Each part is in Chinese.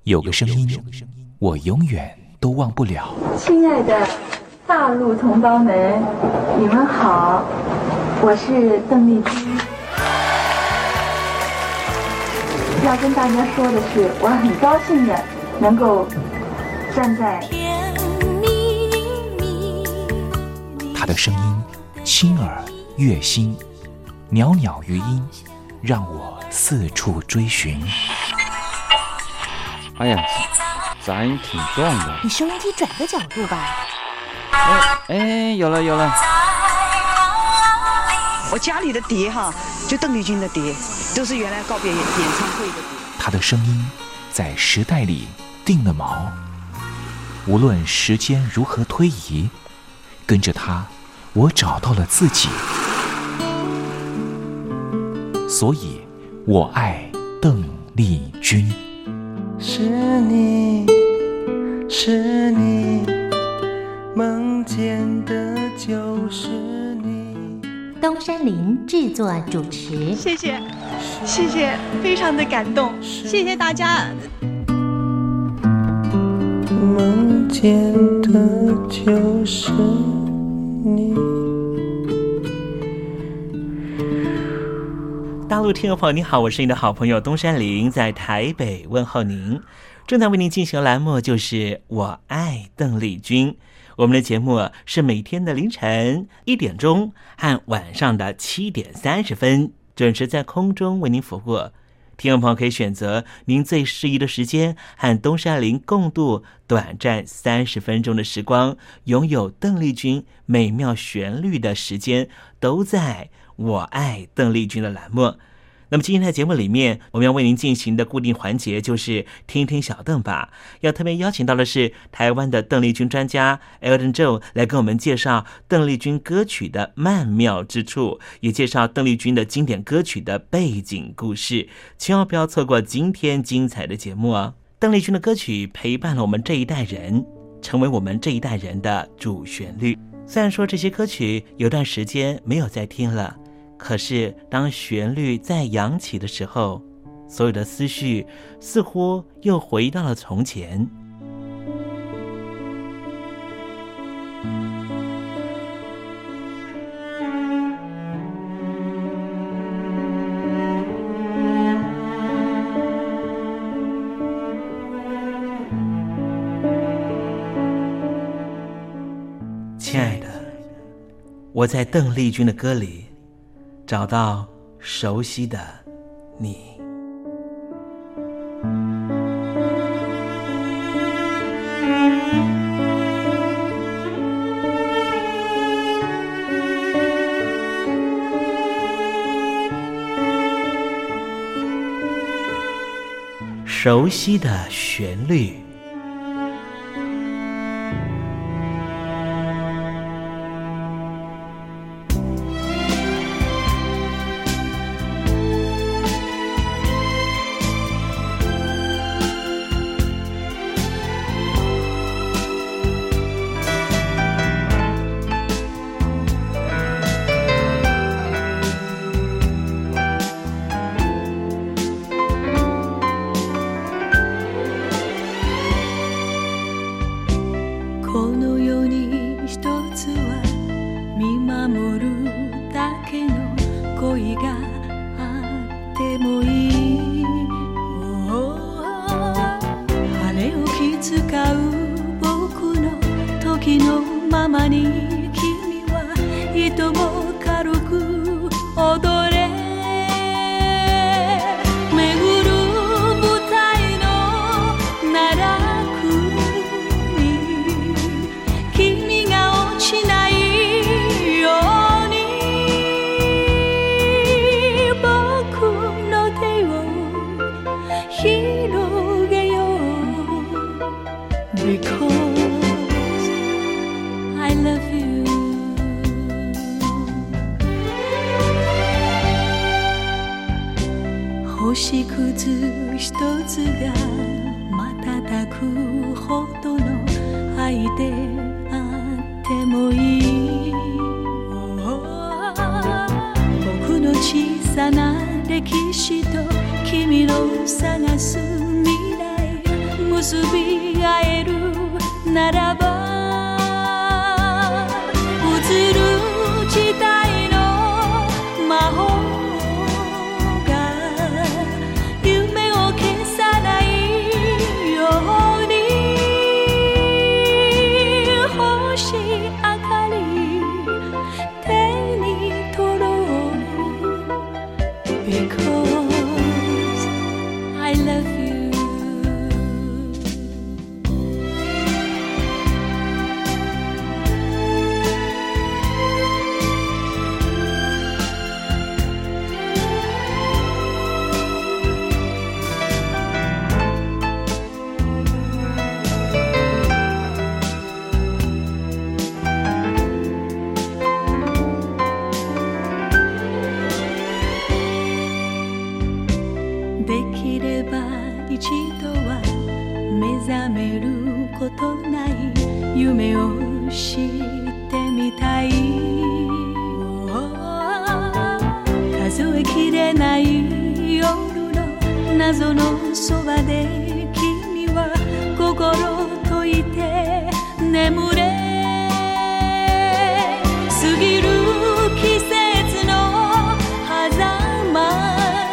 有个声音，我永远都忘不了。 亲爱的大陆同胞们，你们好，我是邓丽君。要跟大家说的是，我很高兴的能够站在她的声音轻耳悦心，袅袅余音，让我四处追寻。 哎呀，咱挺重的。 你收音机转个角度吧。 哎，有了。 我家里的碟哈，就邓丽君的碟，都是原来告别演唱会的碟。 她的声音在时代里定了锚，无论时间如何推移，跟着她，我找到了自己。所以，我爱邓丽君。 是你，是你，梦见的就是你。 东山林制作主持， 谢谢，非常的感动，谢谢大家。 梦见的就是你。 大陆听众朋友，你好，我是你的好朋友东山林，在台北问候您。正在为您进行的栏目就是我爱邓丽君。我们的节目是每天的凌晨1点钟和晚上的7点30分准时在空中为您服务。听众朋友可以选择您最适宜的时间，和东山林共度短暂30分钟的时光，拥有邓丽君美妙旋律的时间，都在我爱邓丽君的栏目。那么今天的节目里面，我们要为您进行的固定环节就是听听小邓吧。要特别邀请到的是台湾的邓丽君专家 Elton Joe 来跟我们介绍邓丽君歌曲的曼妙之处，也介绍邓丽君的经典歌曲的背景故事。千万不要错过今天精彩的节目哦。邓丽君的歌曲陪伴了我们这一代人，成为我们这一代人的主旋律。虽然说这些歌曲有段时间没有再听了，可是当旋律再扬起的时候，所有的思绪似乎又回到了从前。亲爱的，我在邓丽君的歌里找到熟悉的你。熟悉的旋律， 星屑一つが瞬くほどの愛であってもいい。僕の小さな歴史と君の探す未来、 結び合えるならば移る時代の魔法が夢を消さないように星明かり手に取ろう Because I love youできれば一度は目覚めることない夢を知ってみたい数えきれない夜の謎のそばで君は心解いて眠れ過ぎる季節の狭間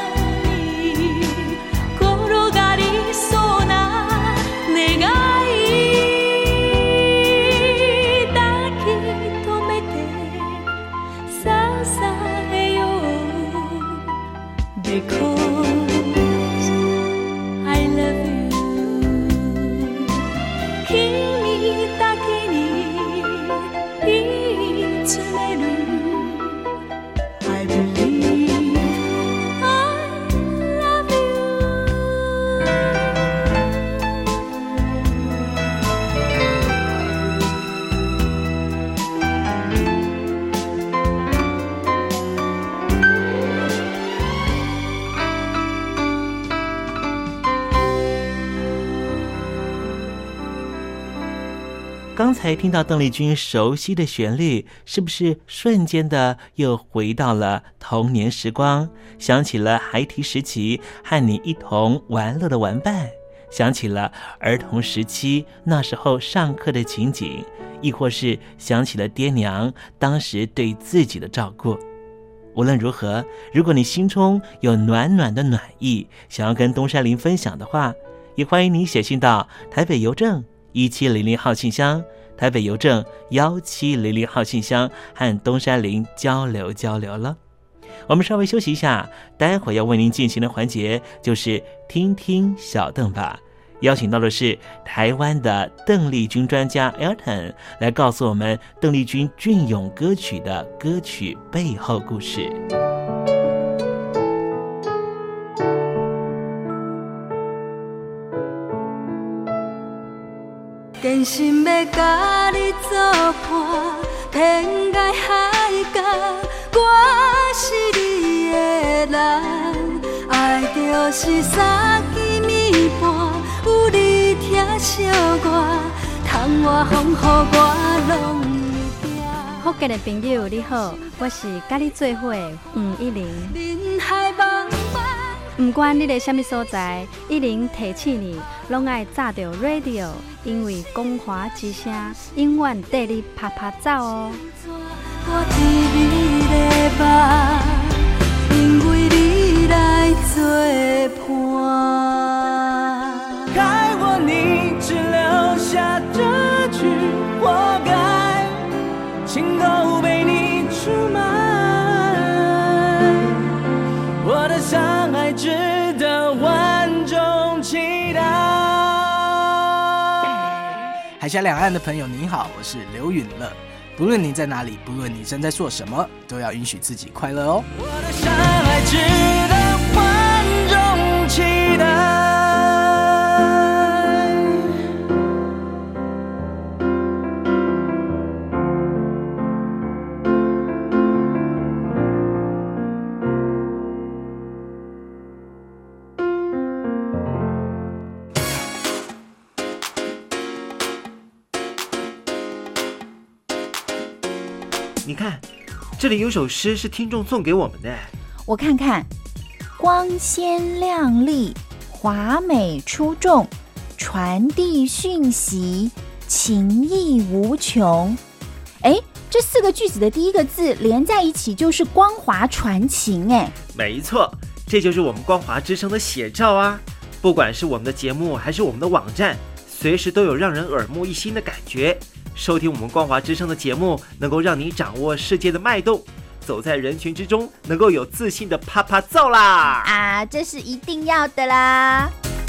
Because I love you 君だけに言い詰める I believe I love you 刚才听到邓丽君熟悉的旋律，是不是瞬间的又回到了童年时光，想起了孩提时期和你一同玩乐的玩伴，想起了儿童时期那时候上课的情景，亦或是想起了爹娘当时对自己的照顾。无论如何，如果你心中有暖暖的暖意，想要跟东山林分享的话，也欢迎你写信到台北邮政1700号信箱，台北邮政1700号信箱，和东山林交流了。我们稍微休息一下，待会要为您进行的环节就是听听小邓吧。邀请到的是台湾的邓丽君专家 Elton 来告诉我们邓丽君隽永歌曲的歌曲背后故事。 真心要甲你作伴，天涯海角，我是你的人。爱就是三更暝半，有你疼惜我，窗外风雨我拢会惊。福建的朋友你好，我是甲你做伙的黄一玲。人海茫茫。不管你在什么所在，一零提醒你，拢爱炸着 radio， 因为光华之声永远带你啪啪走哦。我伫你的梦，因为你来作伴。 该我你只留下这句活该，情都被你出卖，我的伤害值得万众期待。海峡两岸的朋友您好，我是刘允乐。不论你在哪里，不论你正在做什么，都要允许自己快乐哦。我的伤害值得万众期待。 你看，这里有首诗是听众送给我们的。 我看看，光鲜亮丽，华美出众， 传递讯息，情意无穷。这4个句子的第一个字连在一起就是光华传情。 没错，这就是我们光华之声的写照啊！不管是我们的节目还是我们的网站，随时都有让人耳目一新的感觉。收听我们光华之声的节目，能够让你掌握世界的脉动，走在人群之中，能够有自信的啪啪照啦！ 这是一定要的啦！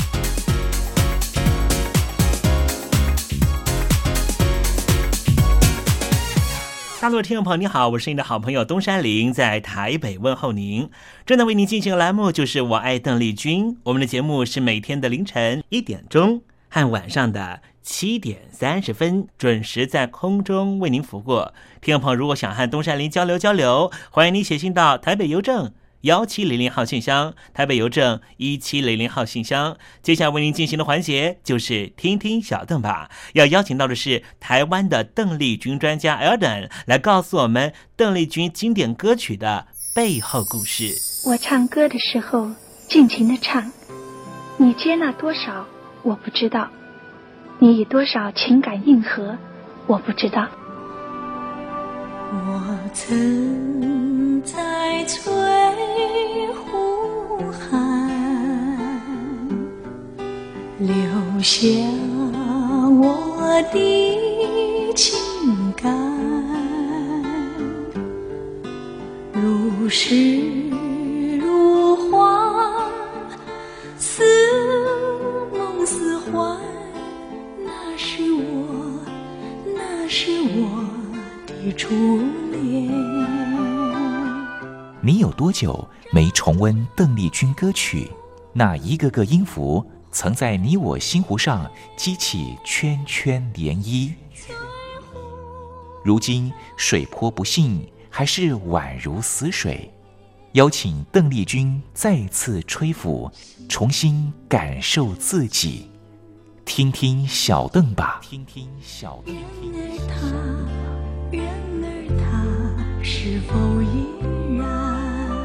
大陆的听众朋友你好，我是你的好朋友东山林，在台北问候您。正在为您进行的栏目就是我爱邓丽君，我们的节目是每天的凌晨1点钟和晚上的7点30分准时在空中为您服务。听众朋友如果想和东山林交流，欢迎你写信到台北邮政1700号信箱，台北邮政1700号信箱。接下来为您进行的环节就是听听小邓吧，要邀请到的是台湾的邓丽君专家 Elden 来告诉我们邓丽君经典歌曲的背后故事。 我唱歌的时候尽情地唱，你接纳多少我不知道，你以多少情感应和我不知道。 我曾在翠湖畔留下我的情感，如诗如画，似梦似幻，那是我的初恋。 你有多久没重温邓丽君歌曲？那一个个音符曾在你我心湖上激起圈圈涟漪。如今水波不兴，还是宛如死水。邀请邓丽君再次吹拂，重新感受自己。听听小邓吧，听听小邓。 然而他是否依然？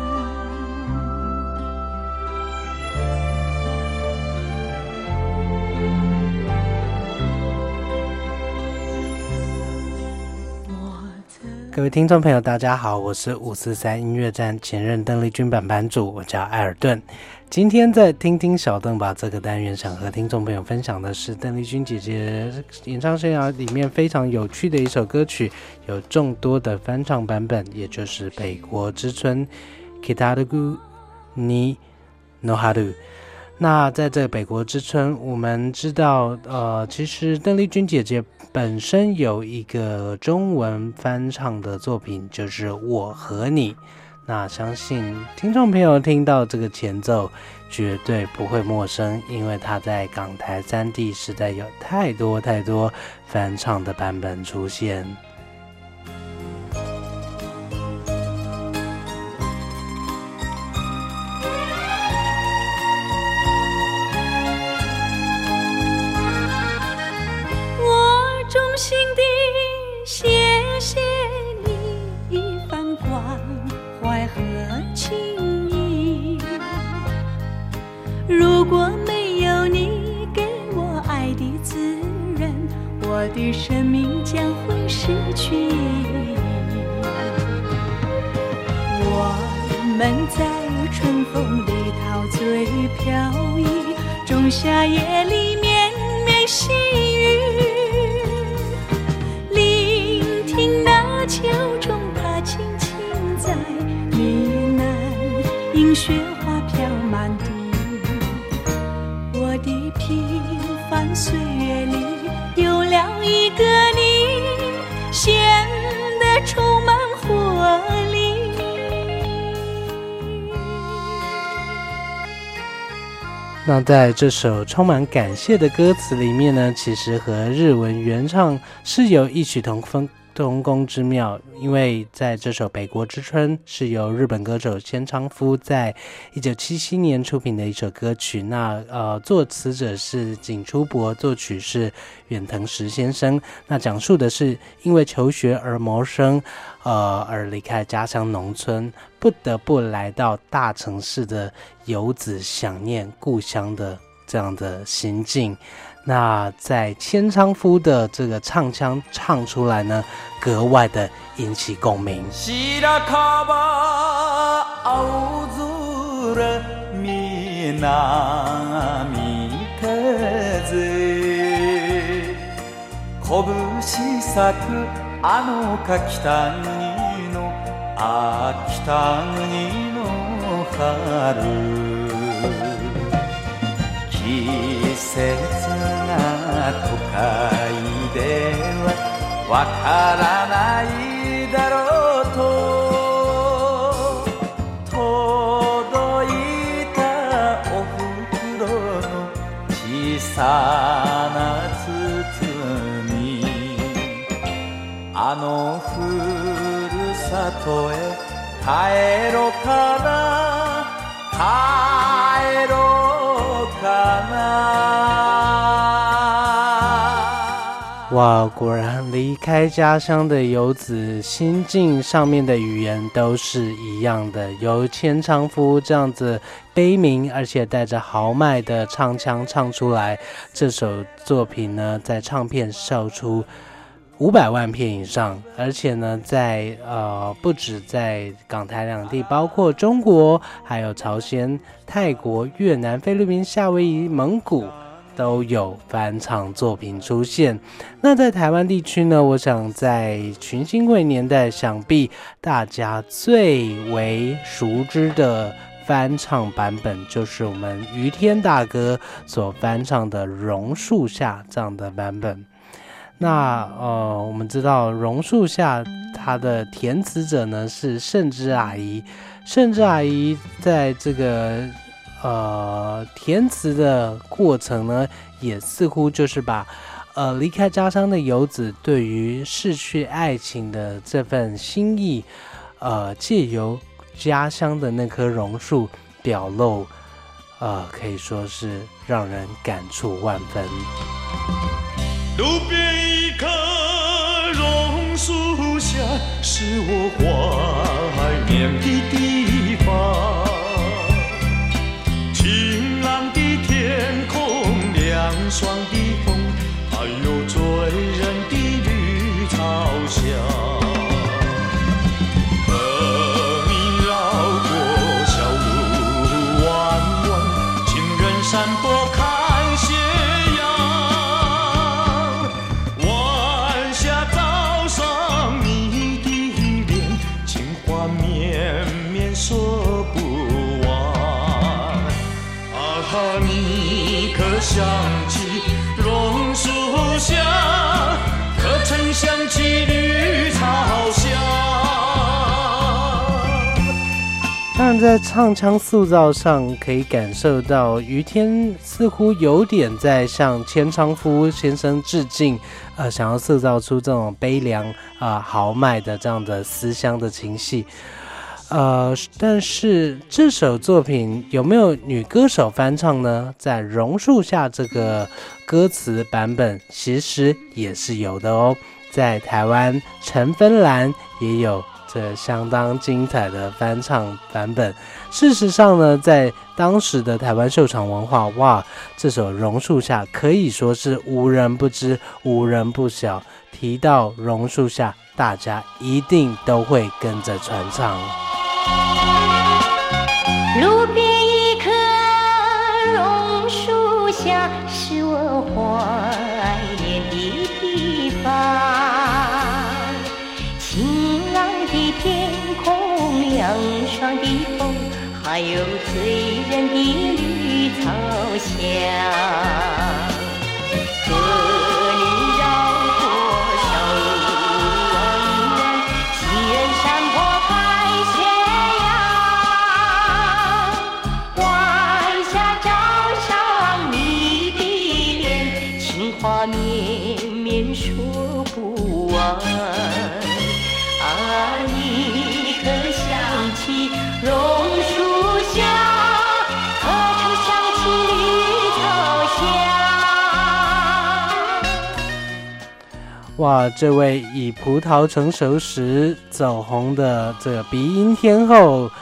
各位听众朋友大家好，我是543音乐站前任邓丽君版版主，我叫艾尔顿。今天在听听小邓吧这个单元，想和听众朋友分享的是邓丽君姐姐演唱生涯里面非常有趣的一首歌曲，有众多的翻唱版本，也就是北国之春 Kitarugu ni Noharu。那在这北国之春，我们知道其实邓丽君姐姐本身有一个中文翻唱的作品，就是我和你。那相信听众朋友听到这个前奏绝对不会陌生，因为它在港台3地时代有太多翻唱的版本出现。 心底谢谢你一番关怀和情谊，如果没有你给我爱的滋润，我的生命将会失去意义。我们在春风里陶醉飘逸，仲夏夜里绵绵细雨，秋中它轻轻在呢喃，映雪花飘满地。我的平凡岁月里有了一个你，显得充满活力。 那在这首充满感谢的歌词里面呢，其实和日文原唱是有异曲同工之妙，因为在这首《北国之春》是由日本歌手千昌夫在1977年出品的一首歌曲。那作词者是井出博，作曲是远藤石先生。那讲述的是因为求学而谋生，而离开家乡农村，不得不来到大城市的游子，想念故乡的这样的心境。那在千昌夫的这个唱腔唱出来呢，格外的引起共鳴。 拳咲くあのか北国の北国の春季節が都会ではわからないだろうと届いたお袋の小さな包みあのふるさとへ帰ろうかな帰ろうかな。 哇，果然离开家乡的游子，心境上面的语言都是一样的。由千昌夫这样子悲鸣而且带着豪迈的唱腔唱出来，这首作品呢，在唱片售出500万片以上，而且呢，在不止在港台两地，包括中国、还有朝鲜、泰国、越南、菲律宾、夏威夷、蒙古都有翻唱作品出现。那在台湾地区呢，我想在群星会年代，想必大家最为熟知的翻唱版本就是我们于天大哥所翻唱的《榕树下》这样的版本。那我们知道榕树下它的填词者呢是盛之阿姨，盛之阿姨在这个填词的过程呢，也似乎就是把离开家乡的游子对于逝去爱情的这份心意，借由家乡的那棵榕树表露，可以说是让人感触万分。 路边一棵榕树下，是我怀念的地方。晴朗的天空，凉爽的风，还有醉人的绿草香。和你绕过小路弯弯，情人山坡看斜阳。晚霞照上你的脸，情话绵绵说不完。你可想起榕树下，可曾想起绿草香。 当然在唱腔塑造上可以感受到于天似乎有点在向千昌夫先生致敬，想要塑造出这种悲凉豪迈的这样的思乡的情绪。但是这首作品有没有女歌手翻唱呢？在榕树下这个歌词版本其实也是有的哦，在台湾陈芬兰也有这相当精彩的翻唱版本。事实上呢，在当时的台湾秀场文化，哇，这首榕树下可以说是无人不知无人不晓，提到榕树下大家一定都会跟着传唱。 路边一棵榕树下，是我怀念的地方。晴朗的天空，凉爽的风，还有醉人的绿草香。话绵绵说不完，你可想起榕树下，可曾想起绿草香。 哇，这位以葡萄成熟时走红的这个鼻音天后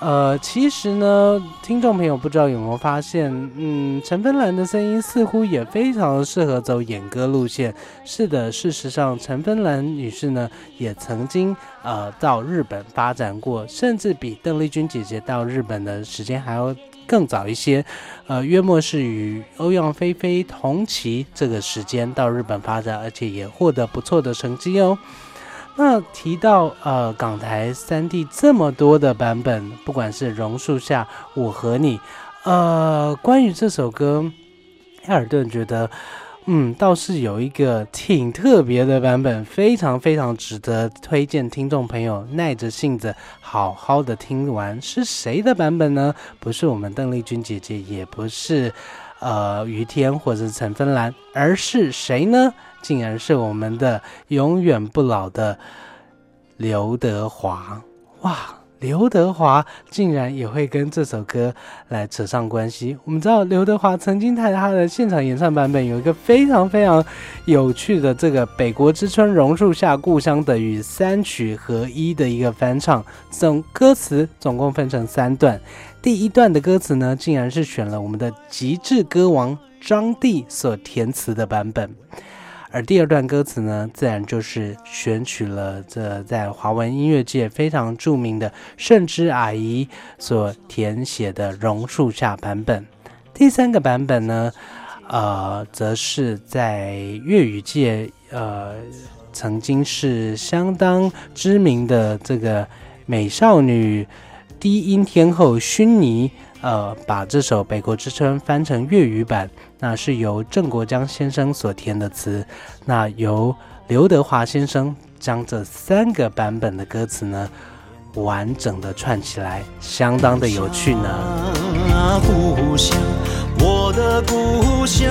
其实呢，听众朋友不知道有没有发现，陈芬兰的声音似乎也非常适合走演歌路线。是的，事实上，陈芬兰女士呢，也曾经到日本发展过，甚至比邓丽君姐姐到日本的时间还要更早一些。约莫是与欧阳菲菲同期这个时间到日本发展，而且也获得不错的成绩哦。那提到港台3D 这么多的版本，不管是榕树下、我和你，关于这首歌，艾尔顿觉得倒是有一个挺特别的版本，非常非常值得推荐听众朋友耐着性子好好的听完。是谁的版本呢？不是我们邓丽君姐姐，也不是于天或者是陈芬兰，而是谁呢？竟然是我们的永远不老的刘德华。哇，刘德华竟然也会跟这首歌来扯上关系。我们知道刘德华曾经在他的现场演唱版本有一个非常非常有趣的这个北国之春、榕树下、故乡的雨3曲合一的一个翻唱，歌词总共分成3段。第一段的歌词呢，竟然是选了我们的极致歌王张帝所填词的版本，而第二段歌词呢，自然就是选取了这在华文音乐界非常著名的盛之阿姨所填写的榕树下版本。第3个版本呢，则是在粤语界曾经是相当知名的这个美少女低音天后薰妮把这首《北国之春》翻成粤语版，那是由郑国江先生所填的词，那由刘德华先生将这3个版本的歌词呢完整的串起来，相当的有趣呢。 故乡，我的故乡，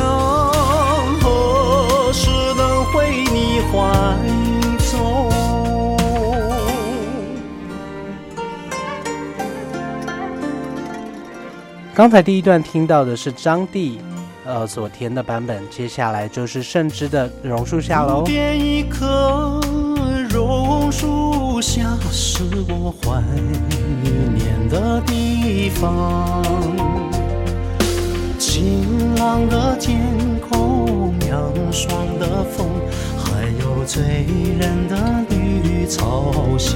何时能回你怀中？ 刚才第一段听到的是张帝所填的版本，接下来就是盛之的榕树下喽。 边一棵榕树下，是我怀念的地方。晴朗的天空，凉爽的风，还有醉人的绿草香。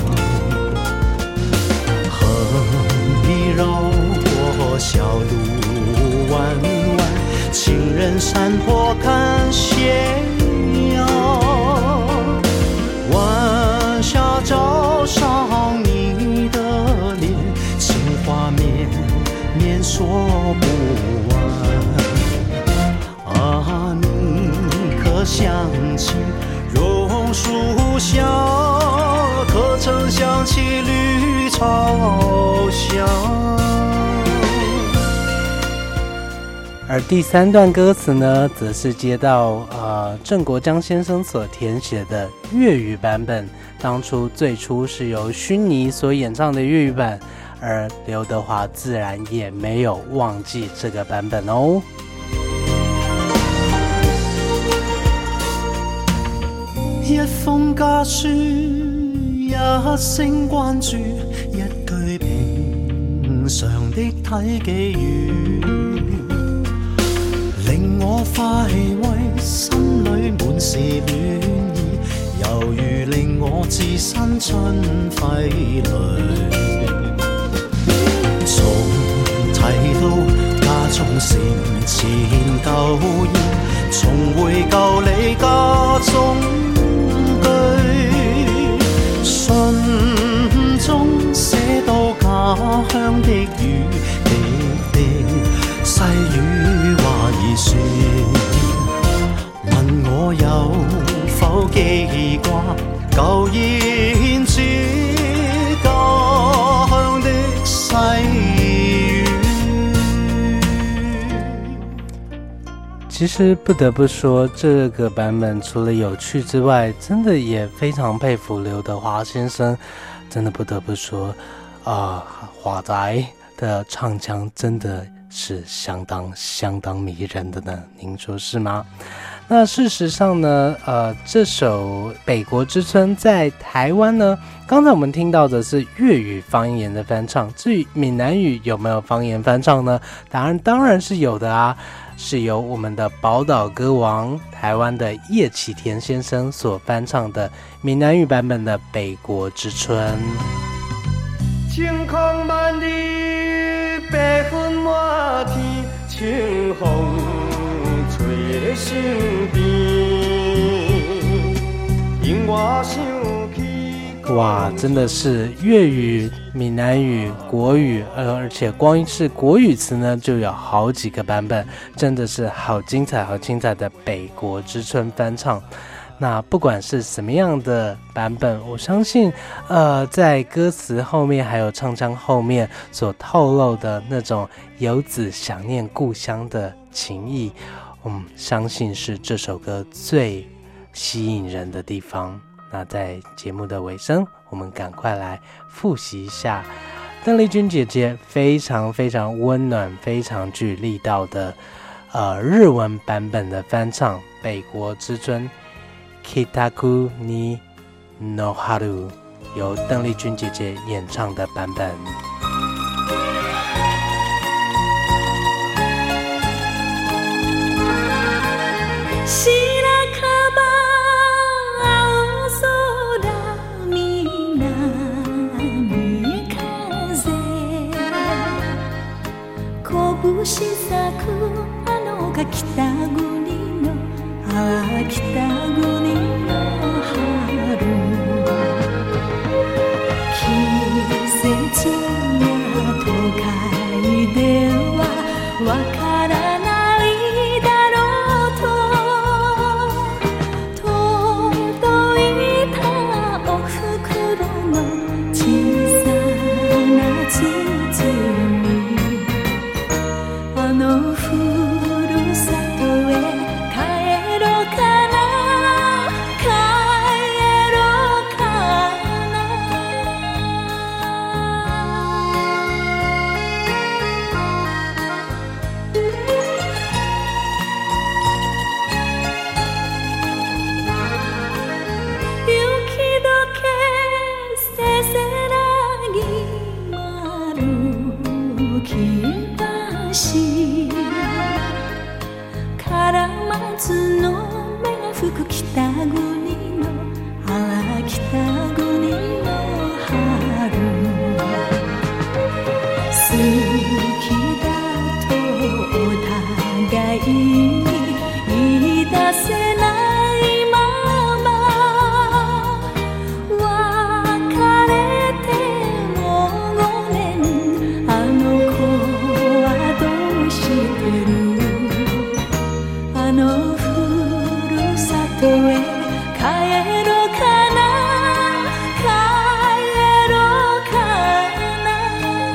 和你绕过小路弯弯，情人山坡看斜阳，晚霞照上你的脸，情话绵绵说不完。啊，你可想起榕树下，可曾想起绿草香？ 而第3段歌词呢，则是接到郑国江先生所填写的粤语版本。当初最初是由薰妮所演唱的粤语版，而刘德华自然也没有忘记这个版本哦。 一封家書，一聲關注，一句平常的體寄語，令我快慰，心裏滿是暖意，猶如令我置身春暉裏。從提到家中成前舊宴，重回舊你家中信中寫到家鄉的雨滴滴，細雨話兒說，問我有否記掛舊燕子家鄉的細雨。 其實不得不說，這個版本除了有趣之外，真的也非常佩服劉德華先生。真的不得不說，華仔的唱腔真的是相當迷人的呢，您說是嗎？ 那事实上呢，这首《北国之春》在台湾呢，刚才我们听到的是粤语方言的翻唱，至于闽南语有没有方言翻唱呢？答案当然是有的啊，是由我们的宝岛歌王台湾的叶启田先生所翻唱的闽南语版本的《北国之春》。 晴空万里，白云满天，清风吹在身边，引我想起。 哇，真的是粤语、闽南语、国语，而且光是国语词呢就有好几个版本，真的是好精彩、好精彩的《北国之春》翻唱。那不管是什么样的版本，我相信在歌词后面还有唱腔后面所透露的那种游子想念故乡的情谊，相信是这首歌最吸引人的地方。那在节目的尾声，我们赶快来复习一下邓丽君姐姐非常非常温暖、非常具力道的日文版本的翻唱《北国之春》Kitaku ni no Haru， 由邓丽君姐姐演唱的版本。 星咲くあのが北国の北国の春、季節や都会ではわからないだろうと、届いたお袋の小さな包み、あのふるさとへ帰ろうかな、帰ろうかな。雪解けせせらぎ丸きカラマツの目が吹く北国の北国の春、好きだとお互いに言い出せないまま別れてもう5年、あの子はどうしてる、あのふるさとへ帰ろうかな、帰ろうかな。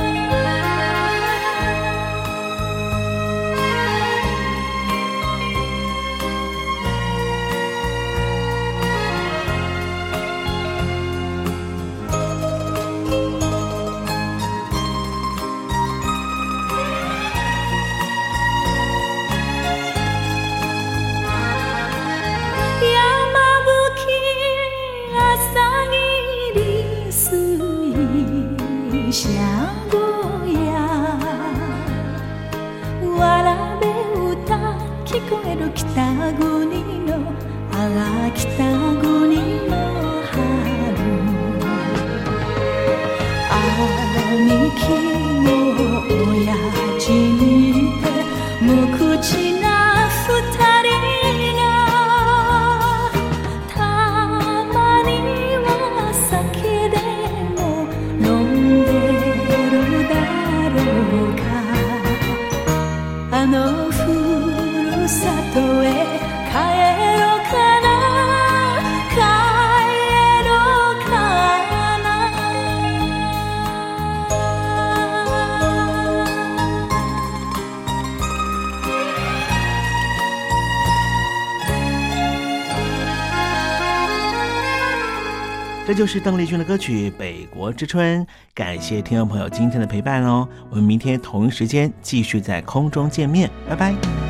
シャゴヤわらべ歌聞こえる北国の北国の春、兄貴の親父にて無口な二人が、たまには酒でも飲んでるだろうか、あのふるさとへ帰ろうかな、帰ろうかな。 这就是邓丽君的歌曲《北国之春》，感谢听众朋友今天的陪伴哦，我们明天同一时间继续在空中见面，拜拜。